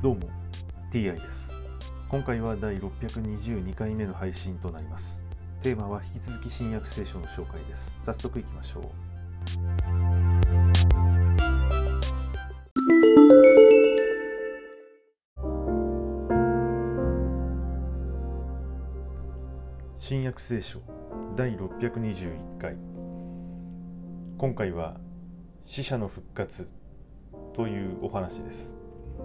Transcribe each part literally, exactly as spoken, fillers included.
どうも ティーアイ です。今回はだいろっぴゃくにじゅうにかいめの配信となります。テーマは引き続き新約聖書の紹介です。早速いきましょう。新約聖書だいろっぴゃくにじゅういっかい。今回は死者の復活というお話です。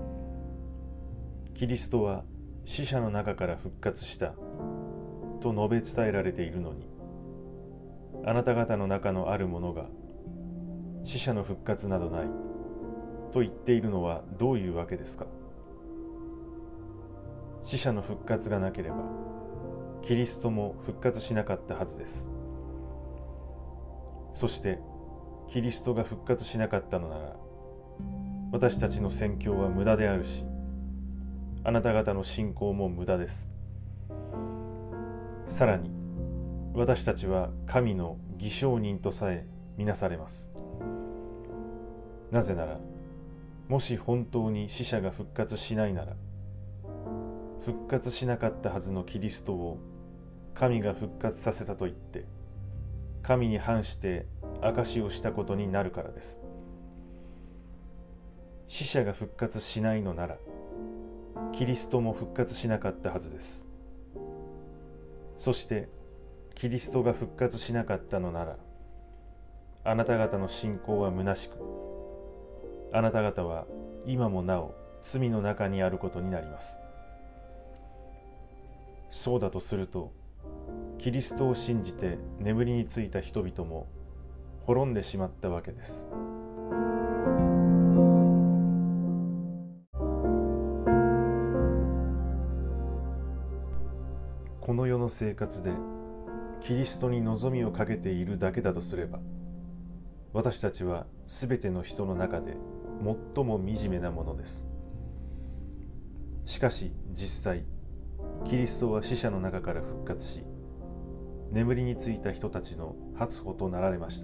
キリストは死者の中から復活したと述べ伝えられているのに、あなた方の中のある者が死者の復活などないと言っているのはどういうわけですか。死者の復活がなければキリストも復活しなかったはずです。そしてキリストが復活しなかったのなら、私たちの宣教は無駄であるし、あなた方の信仰も無駄です。さらに私たちは神の偽証人とさえ見なされます。なぜなら、もし本当に死者が復活しないなら、復活しなかったはずのキリストを神が復活させたと言って神に反して証しをしたことになるからです。死者が復活しないのなら、キリストも復活しなかったはずです。そしてキリストが復活しなかったのなら、あなた方の信仰は虚しく、あなた方は今もなお罪の中にあることになります。そうだとすると、キリストを信じて眠りについた人々も滅んでしまったわけです。この世の生活でキリストに望みをかけているだけだとすれば、私たちはすべての人の中で最も惨めなものです。しかし実際、キリストは死者の中から復活し、眠りについた人たちの初歩となられました。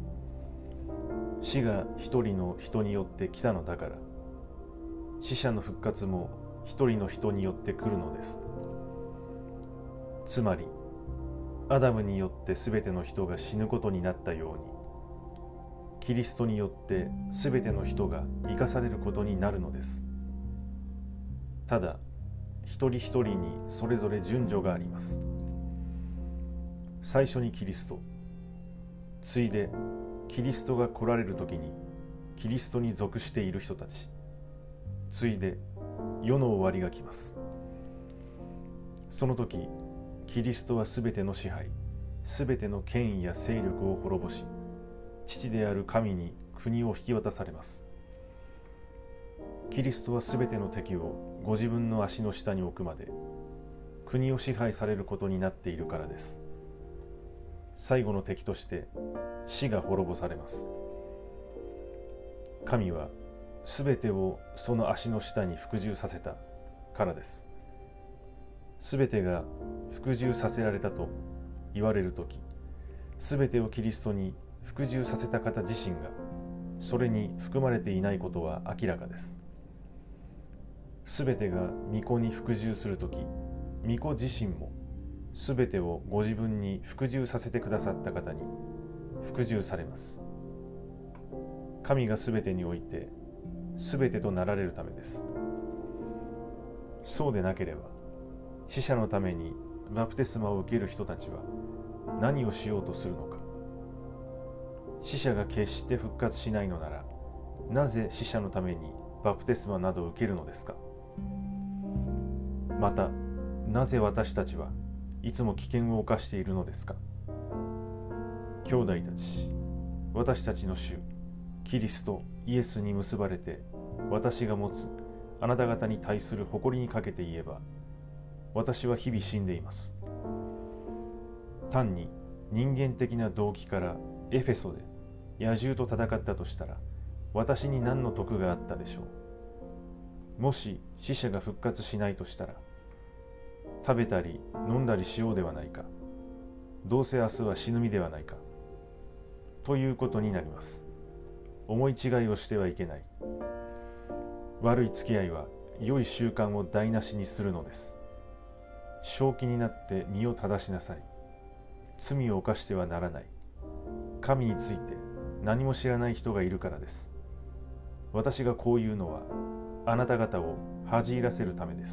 死が一人の人によって来たのだから、死者の復活も一人の人によって来るのです。つまり、アダムによってすべての人が死ぬことになったように、キリストによってすべての人が生かされることになるのです。ただ、一人一人にそれぞれ順序があります。最初にキリスト、次いでキリストが来られるときにキリストに属している人たち、次いで世の終わりが来ます。その時、キリストはすべての支配、すべての権威や勢力を滅ぼし、父である神に国を引き渡されます。キリストはすべての敵をご自分の足の下に置くまで国を支配されることになっているからです。最後の敵として死が滅ぼされます。神はすべてをその足の下に服従させたからです。すべてが服従させられたと言われるとき、すべてをキリストに服従させた方自身がそれに含まれていないことは明らかです。すべてが御子に服従するとき、御子自身もすべてをご自分に服従させてくださった方に服従されます。神がすべてにおいてすべてとなられるためです。そうでなければ、死者のためにバプテスマを受ける人たちは何をしようとするのか。死者が決して復活しないのなら、なぜ死者のためにバプテスマなどを受けるのですか。また、なぜ私たちはいつも危険を冒しているのですか。兄弟たち、私たちの主キリストイエスに結ばれて、私が持つあなた方に対する誇りにかけて言えば、私は日々死んでいます。単に人間的な動機からエフェソで野獣と戦ったとしたら、私に何の得があったでしょう。もし死者が復活しないとしたら、食べたり飲んだりしようではないか。どうせ明日は死ぬ身ではないか。ということになります。思い違いをしてはいけない。悪い付き合いは良い習慣を台無しにするのです。正気になって身を正しなさい。罪を犯してはならない。神について何も知らない人がいるからです。私がこう言うのはあなた方を恥じらせるためです。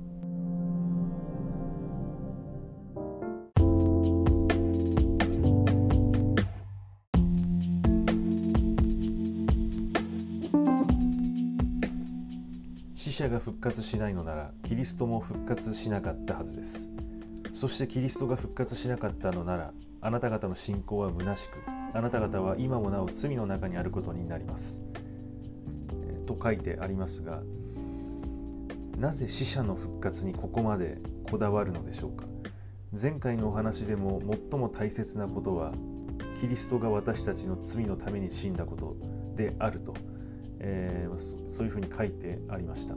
死者が復活しないのならキリストも復活しなかったはずです。そしてキリストが復活しなかったのならあなた方の信仰は虚しく、あなた方は今もなお罪の中にあることになります、えー、と書いてありますが、なぜ死者の復活にここまでこだわるのでしょうか。前回のお話でも最も大切なことはキリストが私たちの罪のために死んだことであると、えー、そそういうふうに書いてありました。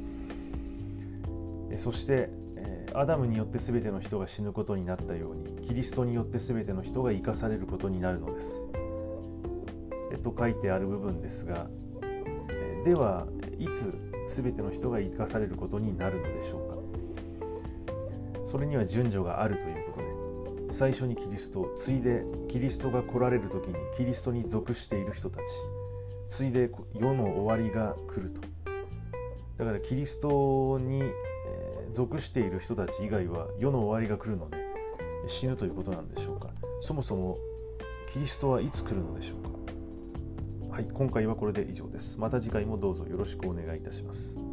そしてアダムによって全ての人が死ぬことになったように、キリストによって全ての人が生かされることになるのです。えと書いてある部分ですが、ではいつ全ての人が生かされることになるのでしょうか。それには順序があるということで、最初にキリスト、次いでキリストが来られる時にキリストに属している人たち、次いで世の終わりが来ると。だからキリストに属している人たち以外は世の終わりが来るので死ぬということなんでしょうか。そもそもキリストはいつ来るのでしょうか。はい、今回はこれで以上です。また次回もどうぞよろしくお願いいたします。